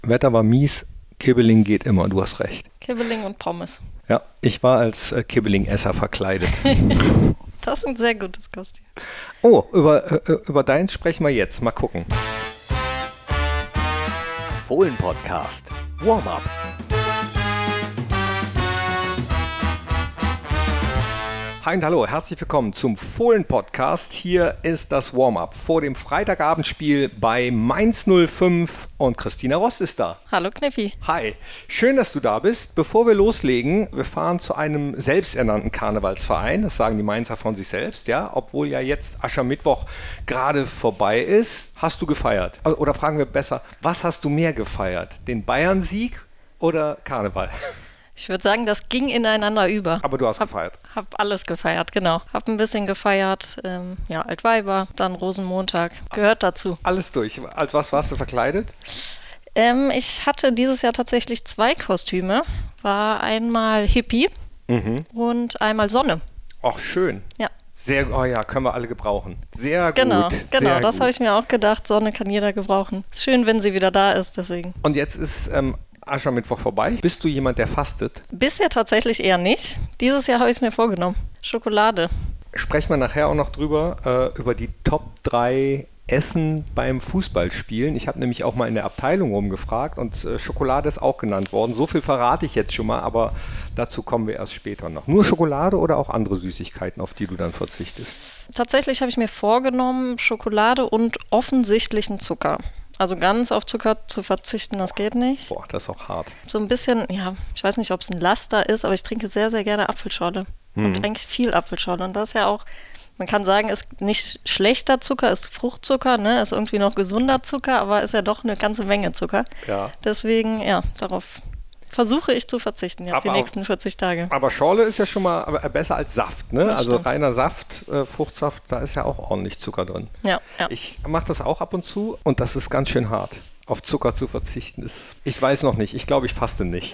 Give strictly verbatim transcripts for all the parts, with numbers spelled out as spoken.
Wetter war mies, Kibbeling geht immer, du hast recht. Kibbeling und Pommes. Ja, ich war als äh, Kibbeling-Esser verkleidet. Das ist ein sehr gutes Kostüm. Oh, über, äh, über deins sprechen wir jetzt. Mal gucken. Fohlen-Podcast. Warm-up. Hi und hallo, herzlich willkommen zum Fohlen-Podcast. Hier ist das Warm-up vor dem Freitagabendspiel bei Mainz null fünf und Christina Rost ist da. Hallo Kniffi. Hi, schön, dass du da bist. Bevor wir loslegen, wir fahren zu einem selbsternannten Karnevalsverein. Das sagen die Mainzer von sich selbst, ja. Obwohl ja jetzt Aschermittwoch gerade vorbei ist. Hast du gefeiert? Oder fragen wir besser, was hast du mehr gefeiert? Den Bayern-Sieg oder Karneval? Ich würde sagen, das ging ineinander über. Aber du hast hab, gefeiert. Hab alles gefeiert, genau. Hab ein bisschen gefeiert, ähm, ja, Altweiber, dann Rosenmontag, gehört dazu. Alles durch. Als was warst du verkleidet? Ähm, ich hatte dieses Jahr tatsächlich zwei Kostüme. War einmal Hippie mhm. und einmal Sonne. Ach, schön. Ja. Sehr, oh ja, können wir alle gebrauchen. Sehr genau, gut. Genau, sehr das gut. habe ich mir auch gedacht. Sonne kann jeder gebrauchen. Ist schön, wenn sie wieder da ist, deswegen. Und jetzt ist ähm, Aschermittwoch vorbei. Bist du jemand, der fastet? Bisher tatsächlich eher nicht. Dieses Jahr habe ich es mir vorgenommen. Schokolade. Sprechen wir nachher auch noch drüber, äh, über die Top drei Essen beim Fußballspielen. Ich habe nämlich auch mal in der Abteilung rumgefragt und äh, Schokolade ist auch genannt worden. So viel verrate ich jetzt schon mal, aber dazu kommen wir erst später noch. Nur Schokolade oder auch andere Süßigkeiten, auf die du dann verzichtest? Tatsächlich habe ich mir vorgenommen, Schokolade und offensichtlichen Zucker. Also ganz auf Zucker zu verzichten, das geht nicht. Boah, das ist auch hart. So ein bisschen, ja, ich weiß nicht, ob es ein Laster ist, aber ich trinke sehr, sehr gerne Apfelschorle. Hm. Und eigentlich viel Apfelschorle. Und das ist ja auch, man kann sagen, ist nicht schlechter Zucker, ist Fruchtzucker, ne, ist irgendwie noch gesunder Zucker, aber ist ja doch eine ganze Menge Zucker. Ja. Deswegen, ja, darauf versuche ich zu verzichten jetzt aber die nächsten vierzig Tage. Aber Schorle ist ja schon mal besser als Saft, ne? Das also stimmt. Reiner Saft, äh, Fruchtsaft, da ist ja auch ordentlich Zucker drin. Ja, ja. Ich mache das auch ab und zu und das ist ganz schön hart. Auf Zucker zu verzichten ist, ich weiß noch nicht, ich glaube, ich faste nicht.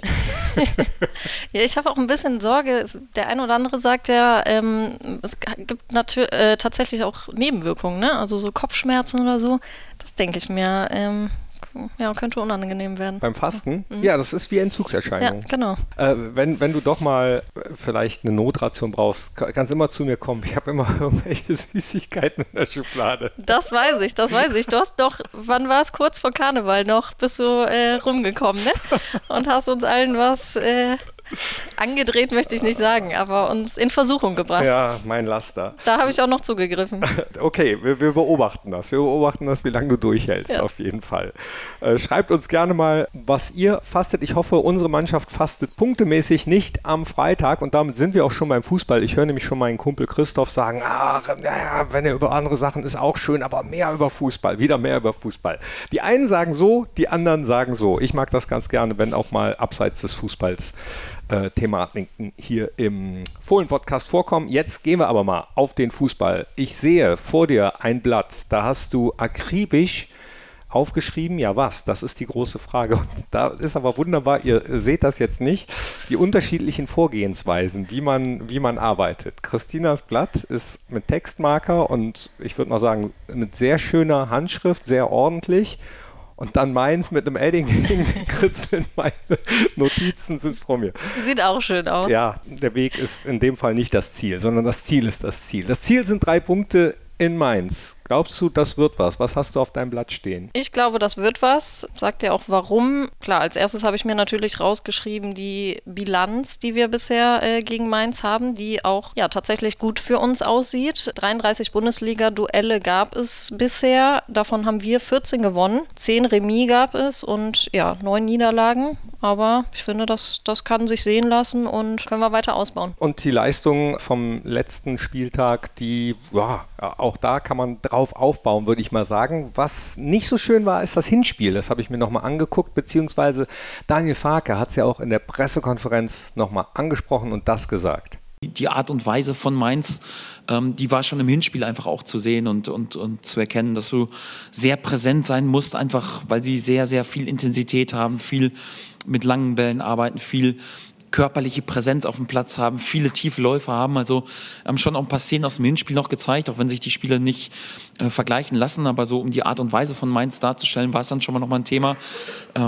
Ja, ich habe auch ein bisschen Sorge, der ein oder andere sagt ja, ähm, es gibt natür- äh, tatsächlich auch Nebenwirkungen, ne? Also so Kopfschmerzen oder so, das denke ich mir, ähm, ja, könnte unangenehm werden. Beim Fasten? Mhm. Ja, das ist wie Entzugserscheinung. Ja, genau. Äh, wenn, wenn du doch mal vielleicht eine Notration brauchst, kannst immer zu mir kommen. Ich habe immer irgendwelche Süßigkeiten in der Schublade. Das weiß ich, das weiß ich. Du hast doch, wann war es, kurz vor Karneval noch, bist du äh, rumgekommen, ne? Und hast uns allen was äh, angedreht, möchte ich nicht sagen, aber uns in Versuchung gebracht. Ja, mein Laster. Da habe ich auch noch zugegriffen. Okay, wir, wir beobachten das. Wir beobachten das, wie lange du durchhältst, ja. Auf jeden Fall. Äh, schreibt uns gerne mal, was ihr fastet. Ich hoffe, unsere Mannschaft fastet punktemäßig nicht am Freitag und damit sind wir auch schon beim Fußball. Ich höre nämlich schon meinen Kumpel Christoph sagen, ach, naja, wenn er über andere Sachen ist, auch schön, aber mehr über Fußball, wieder mehr über Fußball. Die einen sagen so, die anderen sagen so. Ich mag das ganz gerne, wenn auch mal abseits des Fußballs Äh, Thematiken hier im Fohlen-Podcast vorkommen. Jetzt gehen wir aber mal auf den Fußball. Ich sehe vor dir ein Blatt, da hast du akribisch aufgeschrieben, ja was, das ist die große Frage. Und da ist aber wunderbar, ihr seht das jetzt nicht, die unterschiedlichen Vorgehensweisen, wie man, wie man arbeitet. Christinas Blatt ist mit Textmarker und ich würde mal sagen, mit sehr schöner Handschrift, sehr ordentlich. Und dann meins mit einem Edding gekritzelt, meine Notizen sind vor mir. Sieht auch schön aus. Ja, der Weg ist in dem Fall nicht das Ziel, sondern das Ziel ist das Ziel. Das Ziel sind drei Punkte in Mainz. Glaubst du, das wird was? Was hast du auf deinem Blatt stehen? Ich glaube, das wird was. Sagt ja auch warum. Klar, als erstes habe ich mir natürlich rausgeschrieben, die Bilanz, die wir bisher äh, gegen Mainz haben, die auch ja tatsächlich gut für uns aussieht. dreiunddreißig Bundesliga-Duelle gab es bisher. Davon haben wir vierzehn gewonnen. zehn Remis gab es und ja, neun Niederlagen. Aber ich finde, das, das kann sich sehen lassen und können wir weiter ausbauen. Und die Leistung vom letzten Spieltag, die, ja, auch da kann man drauf aufbauen, würde ich mal sagen. Was nicht so schön war, ist das Hinspiel. Das habe ich mir nochmal angeguckt, beziehungsweise Daniel Farke hat es ja auch in der Pressekonferenz nochmal angesprochen und das gesagt. Die Art und Weise von Mainz, ähm, die war schon im Hinspiel einfach auch zu sehen und, und, und zu erkennen, dass du sehr präsent sein musst, einfach weil sie sehr, sehr viel Intensität haben, viel mit langen Bällen arbeiten, viel körperliche Präsenz auf dem Platz haben, viele tiefe Läufe haben, also haben schon auch ein paar Szenen aus dem Hinspiel noch gezeigt, auch wenn sich die Spieler nicht äh, vergleichen lassen, aber so um die Art und Weise von Mainz darzustellen, war es dann schon mal nochmal ein Thema. Ähm,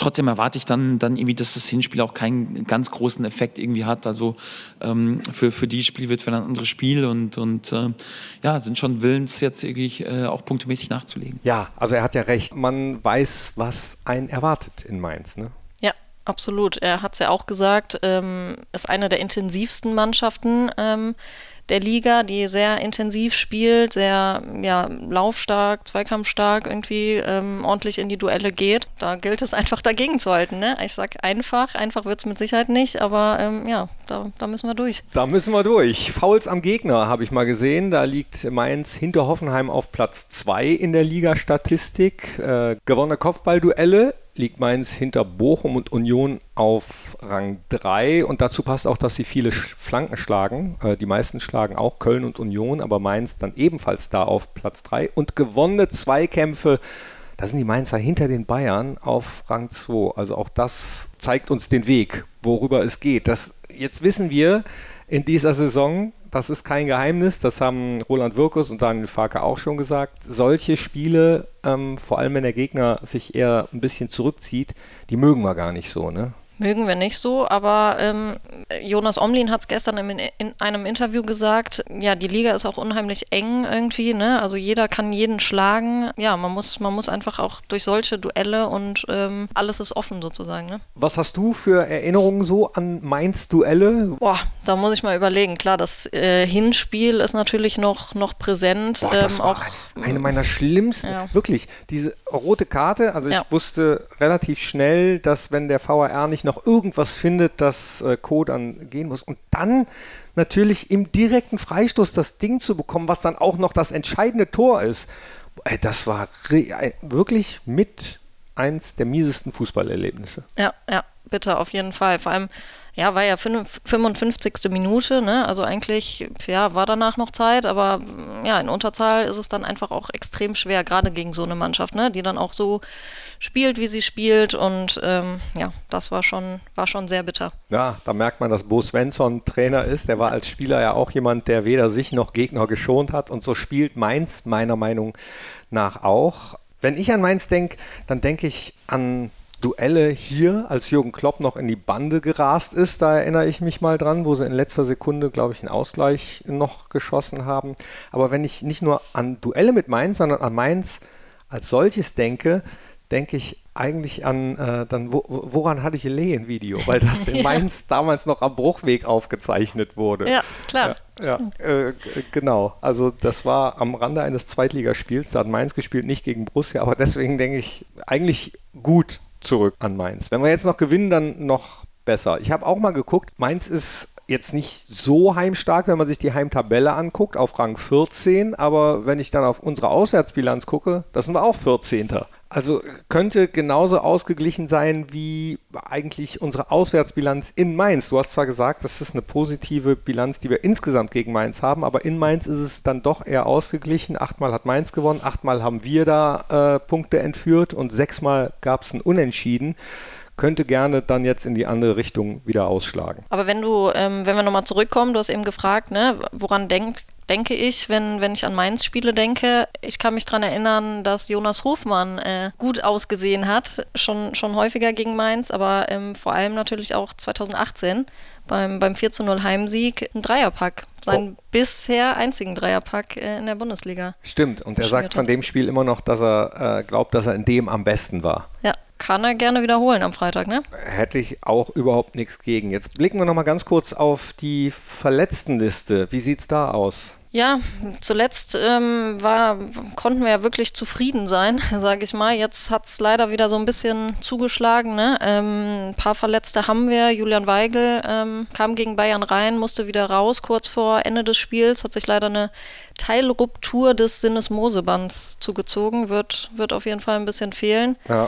trotzdem erwarte ich dann, dann irgendwie, dass das Hinspiel auch keinen ganz großen Effekt irgendwie hat. Also ähm, für, für die Spiel wird für ein anderes Spiel und, und äh, ja, sind schon willens, jetzt irgendwie äh, auch punktemäßig nachzulegen. Ja, also er hat ja recht. Man weiß, was einen erwartet in Mainz, ne? Ja, absolut. Er hat es ja auch gesagt, ähm, ist eine der intensivsten Mannschaften ähm, der Liga, die sehr intensiv spielt, sehr ja, laufstark, zweikampfstark, irgendwie ähm, ordentlich in die Duelle geht. Da gilt es einfach dagegen zu halten. Ne? Ich sag einfach, einfach wird es mit Sicherheit nicht, aber ähm, ja, da, da müssen wir durch. Da müssen wir durch. Fouls am Gegner habe ich mal gesehen. Da liegt Mainz hinter Hoffenheim auf Platz zwei in der Liga-Statistik. Äh, gewonnene Kopfballduelle liegt Mainz hinter Bochum und Union auf Rang drei und dazu passt auch, dass sie viele Flanken schlagen. Äh, die meisten schlagen auch Köln und Union, aber Mainz dann ebenfalls da auf Platz drei und gewonnene Zweikämpfe, da sind die Mainzer hinter den Bayern auf Rang zwei. Also auch das zeigt uns den Weg, worüber es geht. Das, jetzt wissen wir in dieser Saison, das ist kein Geheimnis, das haben Roland Wirkus und Daniel Farke auch schon gesagt, solche Spiele, ähm, vor allem wenn der Gegner sich eher ein bisschen zurückzieht, die mögen wir gar nicht so, ne? Mögen wir nicht so, aber ähm, Jonas Omlin hat es gestern in, in einem Interview gesagt, ja, die Liga ist auch unheimlich eng irgendwie, ne? Also jeder kann jeden schlagen. Ja, man muss, man muss einfach auch durch solche Duelle und ähm, alles ist offen sozusagen, ne? Was hast du für Erinnerungen so an Mainz-Duelle? Boah, da muss ich mal überlegen. Klar, das äh, Hinspiel ist natürlich noch, noch präsent. Boah, das ähm, war auch, eine meiner schlimmsten, ja. wirklich, diese rote Karte, also ich Ja. wusste relativ schnell, dass wenn der V A R nicht noch irgendwas findet, dass äh, Co. dann gehen muss. Und dann natürlich im direkten Freistoß das Ding zu bekommen, was dann auch noch das entscheidende Tor ist. Ey, das war re- wirklich mit eins der miesesten Fußballerlebnisse. Ja, ja, bitte, auf jeden Fall. Vor allem, ja, war ja fünfundfünfzigste Minute, ne? Also eigentlich, ja, war danach noch Zeit, aber ja, in Unterzahl ist es dann einfach auch extrem schwer, gerade gegen so eine Mannschaft, ne? Die dann auch so spielt, wie sie spielt und ähm, ja, das war schon, war schon sehr bitter. Ja, da merkt man, dass Bo Svensson Trainer ist. Der war als Spieler ja auch jemand, der weder sich noch Gegner geschont hat und so spielt Mainz meiner Meinung nach auch. Wenn ich an Mainz denke, dann denke ich an Duelle hier, als Jürgen Klopp noch in die Bande gerast ist, da erinnere ich mich mal dran, wo sie in letzter Sekunde, glaube ich, einen Ausgleich noch geschossen haben. Aber wenn ich nicht nur an Duelle mit Mainz, sondern an Mainz als solches denke, denke ich eigentlich an, äh, dann wo, woran hatte ich Lehen-Video, weil das in Mainz damals noch am Bruchweg aufgezeichnet wurde. Ja, klar. Ja, ja äh, genau. Also das war am Rande eines Zweitligaspiels, da hat Mainz gespielt, nicht gegen Borussia, aber deswegen denke ich eigentlich gut zurück an Mainz. Wenn wir jetzt noch gewinnen, dann noch besser. Ich habe auch mal geguckt, Mainz ist jetzt nicht so heimstark, wenn man sich die Heimtabelle anguckt, auf Rang vierzehn, aber wenn ich dann auf unsere Auswärtsbilanz gucke, da sind wir auch vierzehnter Also könnte genauso ausgeglichen sein wie eigentlich unsere Auswärtsbilanz in Mainz. Du hast zwar gesagt, das ist eine positive Bilanz, die wir insgesamt gegen Mainz haben, aber in Mainz ist es dann doch eher ausgeglichen. Achtmal hat Mainz gewonnen, achtmal haben wir da äh, Punkte entführt und sechsmal gab es ein Unentschieden. Könnte gerne dann jetzt in die andere Richtung wieder ausschlagen. Aber wenn du, ähm, wenn wir nochmal zurückkommen, du hast eben gefragt, ne, woran denk, denke ich, wenn, wenn ich an Mainz-Spiele denke, ich kann mich daran erinnern, dass Jonas Hofmann äh, gut ausgesehen hat, schon, schon häufiger gegen Mainz, aber ähm, vor allem natürlich auch zweitausendachtzehn beim, beim vier zu null Heimsieg ein Dreierpack. Sein oh. bisher einzigen Dreierpack äh, in der Bundesliga. Stimmt, und er sagt von dem Spiel immer noch, dass er äh, glaubt, dass er in dem am besten war. Ja. Kann er gerne wiederholen am Freitag, ne? Hätte ich auch überhaupt nichts gegen. Jetzt blicken wir noch mal ganz kurz auf die Verletztenliste. Wie sieht's da aus? Ja, zuletzt ähm, war, konnten wir ja wirklich zufrieden sein, sage ich mal. Jetzt hat es leider wieder so ein bisschen zugeschlagen. Ne? Ähm, ein paar Verletzte haben wir. Julian Weigl ähm, kam gegen Bayern rein, musste wieder raus kurz vor Ende des Spiels. Hat sich leider eine Teilruptur des Sinnesmosebands zugezogen. Wird, wird auf jeden Fall ein bisschen fehlen. Ja.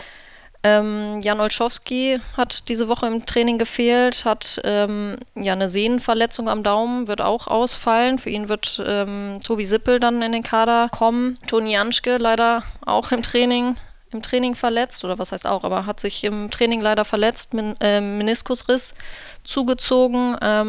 Ähm, Jan Olszowski hat diese Woche im Training gefehlt, hat ähm, ja eine Sehnenverletzung am Daumen, wird auch ausfallen. Für ihn wird ähm, Tobi Sippel dann in den Kader kommen. Toni Janschke leider auch im Training, im Training verletzt, oder was heißt auch, aber hat sich im Training leider verletzt, Min- äh, Meniskusriss zugezogen. Ähm,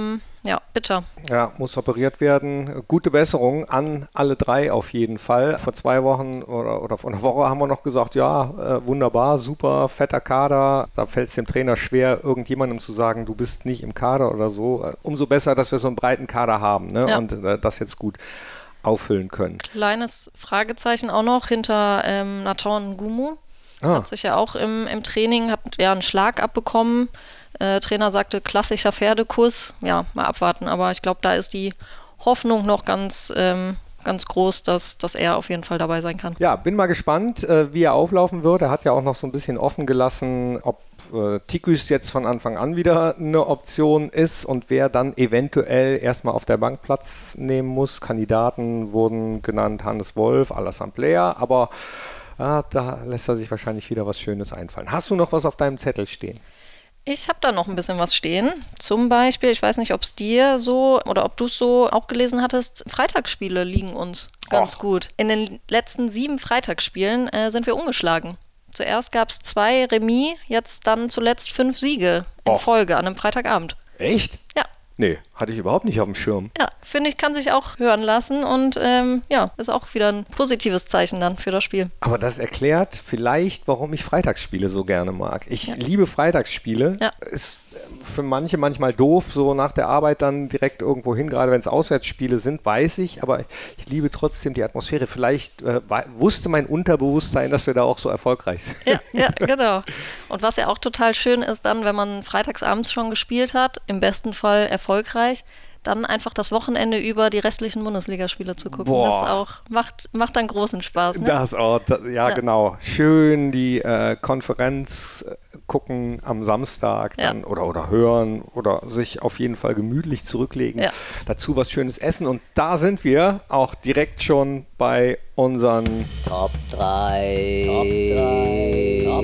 Ja, bitter. Ja, muss operiert werden. Gute Besserung an alle drei auf jeden Fall. Vor zwei Wochen oder, oder vor einer Woche haben wir noch gesagt, ja, äh, wunderbar, super, fetter Kader. Da fällt es dem Trainer schwer, irgendjemandem zu sagen, du bist nicht im Kader oder so. Äh, umso besser, dass wir so einen breiten Kader haben, ne? Ja. Und äh, das jetzt gut auffüllen können. Kleines Fragezeichen auch noch hinter ähm, Nathan Ngumu. Ah. Hat sich ja auch im, im Training, hat ja einen Schlag abbekommen. Äh, Trainer sagte, klassischer Pferdekuss. Ja, mal abwarten. Aber ich glaube, da ist die Hoffnung noch ganz, ähm, ganz groß, dass, dass er auf jeden Fall dabei sein kann. Ja, bin mal gespannt, äh, wie er auflaufen wird. Er hat ja auch noch so ein bisschen offen gelassen, ob äh, Tigges jetzt von Anfang an wieder eine Option ist und wer dann eventuell erstmal auf der Bank Platz nehmen muss. Kandidaten wurden genannt, Hannes Wolf, Alassane Player, aber ah, da lässt er sich wahrscheinlich wieder was Schönes einfallen. Hast du noch was auf deinem Zettel stehen? Ich habe da noch ein bisschen was stehen. Zum Beispiel, ich weiß nicht, ob es dir so oder ob du es so auch gelesen hattest, Freitagsspiele liegen uns ganz Och. gut. In den letzten sieben Freitagsspielen äh, sind wir ungeschlagen. Zuerst gab es zwei Remis, jetzt dann zuletzt fünf Siege in Och. Folge an einem Freitagabend. Echt? Ja. Nee, hatte ich überhaupt nicht auf dem Schirm. Ja, finde ich, kann sich auch hören lassen und ähm, ja, ist auch wieder ein positives Zeichen dann für das Spiel. Aber das erklärt vielleicht, warum ich Freitagsspiele so gerne mag. Ich ja. liebe Freitagsspiele. Ja. Ist für manche manchmal doof, so nach der Arbeit dann direkt irgendwo hin, gerade wenn es Auswärtsspiele sind, weiß ich, aber ich liebe trotzdem die Atmosphäre. Vielleicht äh, wusste mein Unterbewusstsein, dass wir da auch so erfolgreich sind. Ja, ja, genau. Und was ja auch total schön ist dann, wenn man freitagsabends schon gespielt hat, im besten Fall erfolgreich, dann einfach das Wochenende über die restlichen Bundesligaspiele zu gucken. Boah. Das auch, macht, macht dann großen Spaß. Ne? Das auch, das, ja, ja genau. Schön die äh, Konferenz äh, gucken am Samstag dann ja. oder, oder hören oder sich auf jeden Fall gemütlich zurücklegen. Ja. Dazu was Schönes essen und da sind wir auch direkt schon bei unseren Top drei. Top drei. Top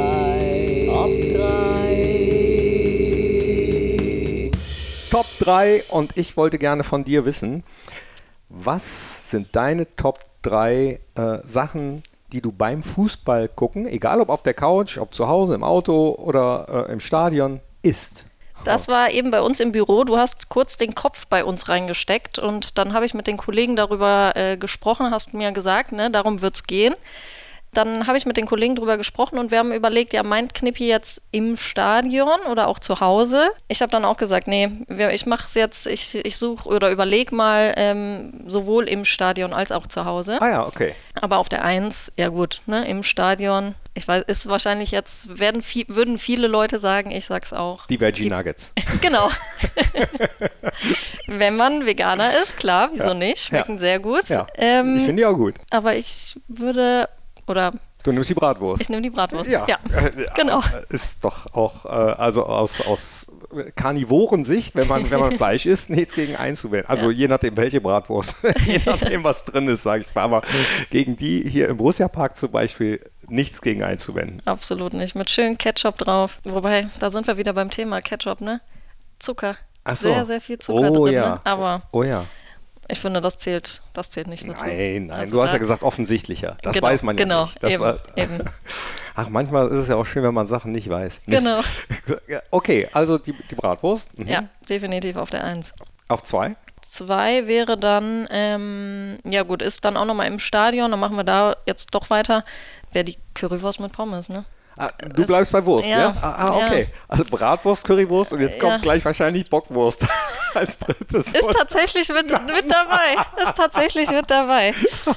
drei. Top drei. Top drei und ich wollte gerne von dir wissen, was sind deine Top drei äh, Sachen, die du beim Fußball gucken, egal ob auf der Couch, ob zu Hause, im Auto oder äh, im Stadion, isst? Das war eben bei uns im Büro. Du hast kurz den Kopf bei uns reingesteckt und dann habe ich mit den Kollegen darüber äh, gesprochen, hast mir gesagt, ne, darum wird es gehen. Dann habe ich mit den Kollegen drüber gesprochen und wir haben überlegt, ja, meint Knippi jetzt im Stadion oder auch zu Hause? Ich habe dann auch gesagt, nee, ich mache es jetzt, ich, ich suche oder überlege mal ähm, sowohl im Stadion als auch zu Hause. Ah ja, okay. Aber auf der Eins, ja gut, ne, im Stadion, ich weiß, ist wahrscheinlich jetzt, werden viel, würden viele Leute sagen, ich sag's auch. Die Veggie Nuggets. Genau. Wenn man Veganer ist, klar, wieso ja. nicht, schmecken ja. sehr gut. Ja. Ähm, ich finde die auch gut. Aber ich würde... Oder du nimmst die Bratwurst. Ich nehme die Bratwurst, ja. ja. Genau. Ist doch auch, äh, also aus, aus Karnivorensicht, wenn man, wenn man Fleisch isst, nichts gegen einzuwenden. Also ja. je nachdem, welche Bratwurst, je nachdem, was drin ist, sage ich mal. Aber gegen die hier im Borussia-Park zum Beispiel nichts gegen einzuwenden. Absolut nicht. Mit schön Ketchup drauf. Wobei, da sind wir wieder beim Thema Ketchup, ne? Zucker. Ach so. Sehr, sehr viel Zucker oh, drin. Ja. Ne? Aber oh ja. Ich finde, das zählt, das zählt nicht dazu. Nein, nein, also du hast ja gesagt offensichtlicher. Das genau, weiß man ja genau, nicht. Das eben, war, eben. Ach, manchmal ist es ja auch schön, wenn man Sachen nicht weiß. Mist. Genau. Okay, also die, die Bratwurst. Mhm. Ja, definitiv auf der Eins. Auf zwei? Zwei wäre dann, ähm, ja gut, ist dann auch nochmal im Stadion, dann machen wir da jetzt doch weiter, wäre die Currywurst mit Pommes, ne? Ah, du bleibst bei Wurst, ja? ja? Ah, ah, okay. Ja. Also Bratwurst, Currywurst und jetzt kommt ja. gleich wahrscheinlich Bockwurst als drittes. Ist tatsächlich mit, mit dabei. Ist tatsächlich mit dabei.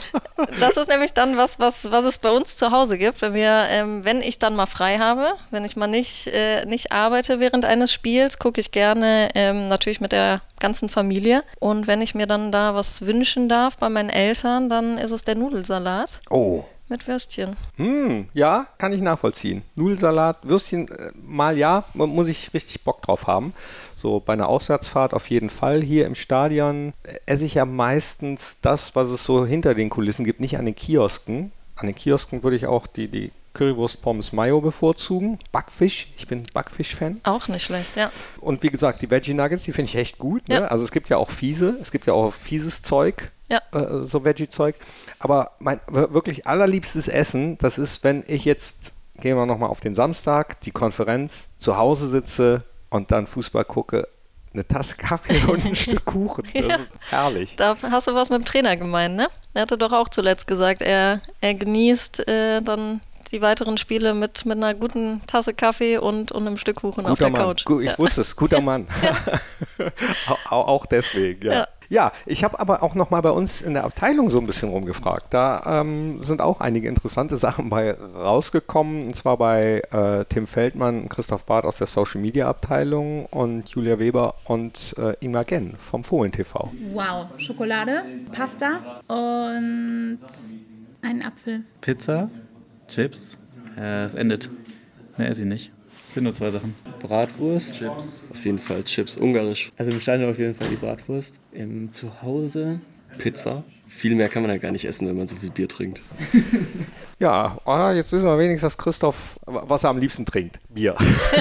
Das ist nämlich dann was, was, was es bei uns zu Hause gibt. Wenn wir, ähm, wenn ich dann mal frei habe, wenn ich mal nicht, äh, nicht arbeite während eines Spiels, gucke ich gerne ähm, natürlich mit der ganzen Familie. Und wenn ich mir dann da was wünschen darf bei meinen Eltern, dann ist es der Nudelsalat. Oh. Mit Würstchen. Hm, ja, kann ich nachvollziehen. Nudelsalat, Würstchen, äh, mal ja, muss ich richtig Bock drauf haben. So bei einer Auswärtsfahrt auf jeden Fall. Hier im Stadion esse ich ja meistens das, was es so hinter den Kulissen gibt, nicht an den Kiosken. An den Kiosken würde ich auch die, die Currywurst Pommes Mayo bevorzugen. Backfisch, ich bin Backfisch-Fan. Auch nicht schlecht, ja. Und wie gesagt, die Veggie Nuggets, die finde ich echt gut. Ne? Ja. Also es gibt ja auch fiese, es gibt ja auch fieses Zeug. Ja. Äh, so Veggie-Zeug. Aber mein wirklich allerliebstes Essen, das ist, wenn ich jetzt, gehen wir nochmal auf den Samstag, die Konferenz, zu Hause sitze und dann Fußball gucke, eine Tasse Kaffee und ein Stück Kuchen. Das Ja. ist herrlich. Da hast du was mit dem Trainer gemeint, ne? Er hatte doch auch zuletzt gesagt, er, er genießt äh, dann die weiteren Spiele mit, mit einer guten Tasse Kaffee und, und einem Stück Kuchen auf Guter der Mann. Couch. Gu- Ich Ja. wusste es, guter Mann. Au- Auch deswegen, ja. Ja. Ja, ich habe aber auch noch mal bei uns in der Abteilung so ein bisschen rumgefragt. Da ähm, sind auch einige interessante Sachen bei rausgekommen. Und zwar bei äh, Tim Feldmann und Christoph Barth aus der Social Media Abteilung und Julia Weber und äh, Ingmar Genn vom Fohlen T V. Wow, Schokolade, Pasta und einen Apfel. Pizza, Chips, äh, es endet. Mehr esse ich nicht. Es sind nur zwei Sachen. Bratwurst. Chips. Auf jeden Fall Chips, ungarisch. Also im Stadion auf jeden Fall die Bratwurst. Im Zuhause. Pizza. Viel mehr kann man ja gar nicht essen, wenn man so viel Bier trinkt. Ja, ah, jetzt wissen wir wenigstens, dass Christoph, was er am liebsten trinkt. Bier.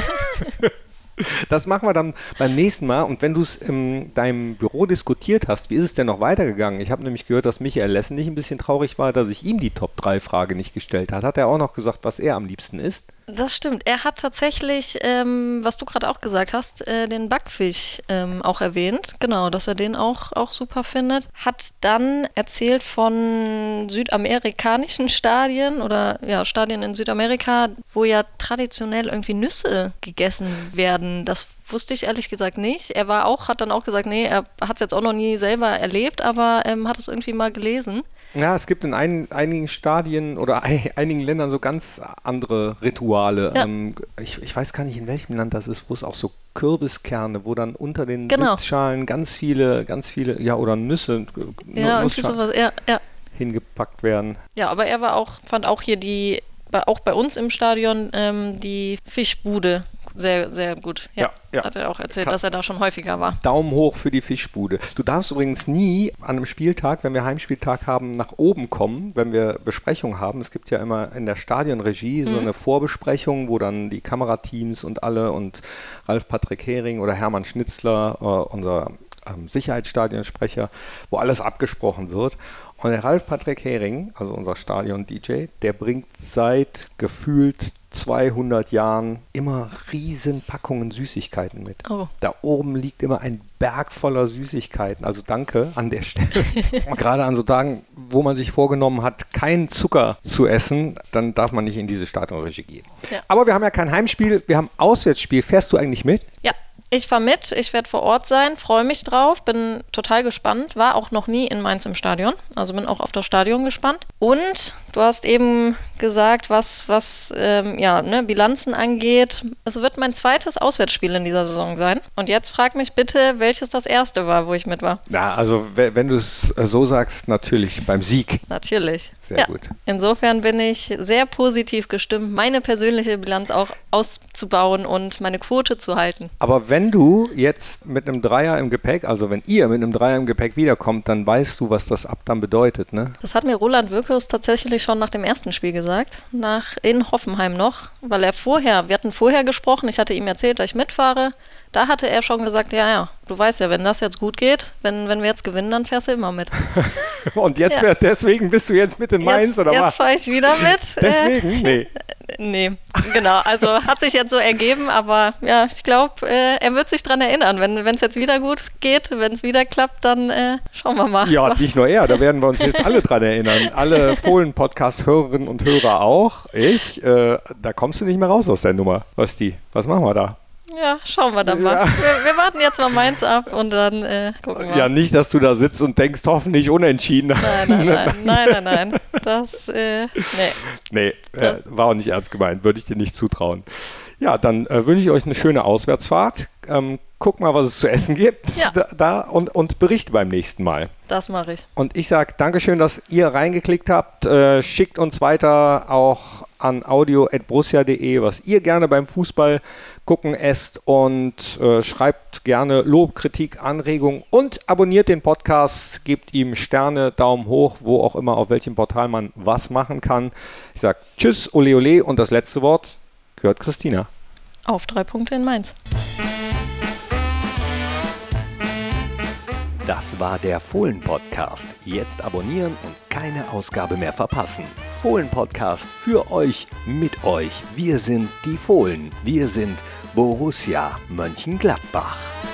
Das machen wir dann beim nächsten Mal. Und wenn du es in deinem Büro diskutiert hast, wie ist es denn noch weitergegangen? Ich habe nämlich gehört, dass Michael Lessenich ein bisschen traurig war, dass ich ihm die Top drei Frage nicht gestellt habe. Hat er auch noch gesagt, was er am liebsten isst? Das stimmt. Er hat tatsächlich, ähm, was du gerade auch gesagt hast, äh, den Backfisch ähm, auch erwähnt. Genau, dass er den auch, auch super findet. Hat dann erzählt von südamerikanischen Stadien oder ja, Stadien in Südamerika, wo ja traditionell irgendwie Nüsse gegessen werden. Das wusste ich ehrlich gesagt nicht. Er war auch, hat dann auch gesagt, nee, er hat es jetzt auch noch nie selber erlebt, aber ähm, hat es irgendwie mal gelesen. Ja, es gibt in ein, einigen Stadien oder ein, einigen Ländern so ganz andere Rituale. Ja. Ähm, ich, ich weiß gar nicht, in welchem Land das ist, wo es auch so Kürbiskerne, wo dann unter den Genau. Sitzschalen ganz viele, ganz viele, ja, oder Nüsse, Ja, irgendwie Nussschalen sowas. Ja, ja. hingepackt werden. Ja, aber er war auch, fand auch hier die, bei, auch bei uns im Stadion, ähm, die Fischbude sehr, sehr gut. Ja, Ja, ja. hat er auch erzählt, Kann- dass er da schon häufiger war. Daumen hoch für die Fischbude. Du darfst übrigens nie an einem Spieltag, wenn wir Heimspieltag haben, nach oben kommen, wenn wir Besprechung haben. Es gibt ja immer in der Stadionregie so eine Vorbesprechung, wo dann die Kamerateams und alle und Ralf Patrick Hering oder Hermann Schnitzler, äh, unser ähm, Sicherheitsstadionsprecher, wo alles abgesprochen wird. Und der Ralf Patrick Hering, also unser Stadion-D J, der bringt seit gefühlt zweihundert Jahren immer riesen Packungen Süßigkeiten mit. Oh. Da oben liegt immer ein Berg voller Süßigkeiten. Also danke an der Stelle. Gerade an so Tagen, wo man sich vorgenommen hat, keinen Zucker zu essen, dann darf man nicht in diese Stadionregie gehen. Ja. Aber wir haben ja kein Heimspiel, wir haben Auswärtsspiel. Fährst du eigentlich mit? Ja, ich fahre mit, ich werde vor Ort sein, freue mich drauf, bin total gespannt, war auch noch nie in Mainz im Stadion, also bin auch auf das Stadion gespannt. Und du hast eben gesagt, was, was ähm, ja, ne, Bilanzen angeht, es wird mein zweites Auswärtsspiel in dieser Saison sein. Und jetzt frag mich bitte, welches das erste war, wo ich mit war. Ja, also we- wenn du es so sagst, natürlich beim Sieg. Natürlich. Sehr ja. gut. Insofern bin ich sehr positiv gestimmt, meine persönliche Bilanz auch auszubauen und meine Quote zu halten. Aber wenn du jetzt mit einem Dreier im Gepäck, also wenn ihr mit einem Dreier im Gepäck wiederkommt, dann weißt du, was das ab dann bedeutet, ne? Das hat mir Roland Wirkus tatsächlich schon nach dem ersten Spiel gesagt, nach in Hoffenheim noch, weil er vorher, wir hatten vorher gesprochen, ich hatte ihm erzählt, dass ich mitfahre, da hatte er schon gesagt, ja, ja, du weißt ja, wenn das jetzt gut geht, wenn, wenn wir jetzt gewinnen, dann fährst du immer mit. Und jetzt Ja. wär, deswegen bist du jetzt mit in Mainz, jetzt oder jetzt was? fahre ich wieder mit. Deswegen? Nee. Äh, nee, genau, also hat sich jetzt so ergeben, aber ja, ich glaube, äh, er wird sich dran erinnern, wenn es jetzt wieder gut geht, wenn es wieder klappt, dann äh, schauen wir mal. Ja, was- nicht nur er, da werden wir uns jetzt alle dran erinnern. Alle Fohlen-Podcast-Hörerinnen und Hörer auch. Ich, äh, da kommst du nicht mehr raus aus der Nummer. Was die? Was machen wir da? Ja, schauen wir dann mal. Ja. Wir, wir warten jetzt mal Mainz ab und dann äh, gucken wir. Ja, nicht, dass du da sitzt und denkst, hoffentlich unentschieden. Nein, nein, nein, nein, nein, nein. Das, äh, nee. Nee, äh, war auch nicht ernst gemeint, würde ich dir nicht zutrauen. Ja, dann äh, wünsche ich euch eine schöne Auswärtsfahrt. Ähm, guck mal, was es zu essen gibt Ja. da, da und, und berichte beim nächsten Mal. Das mache ich. Und ich sage Dankeschön, dass ihr reingeklickt habt. Äh, schickt uns weiter auch an audio at borussia punkt de, was ihr gerne beim Fußball gucken esst und äh, schreibt gerne Lob, Kritik, Anregung und abonniert den Podcast, gebt ihm Sterne, Daumen hoch, wo auch immer, auf welchem Portal man was machen kann. Ich sage Tschüss, ole ole und das letzte Wort gehört Christina. Auf drei Punkte in Mainz. Das war der Fohlen-Podcast. Jetzt abonnieren und keine Ausgabe mehr verpassen. Fohlen-Podcast für euch, mit euch. Wir sind die Fohlen. Wir sind Borussia Mönchengladbach.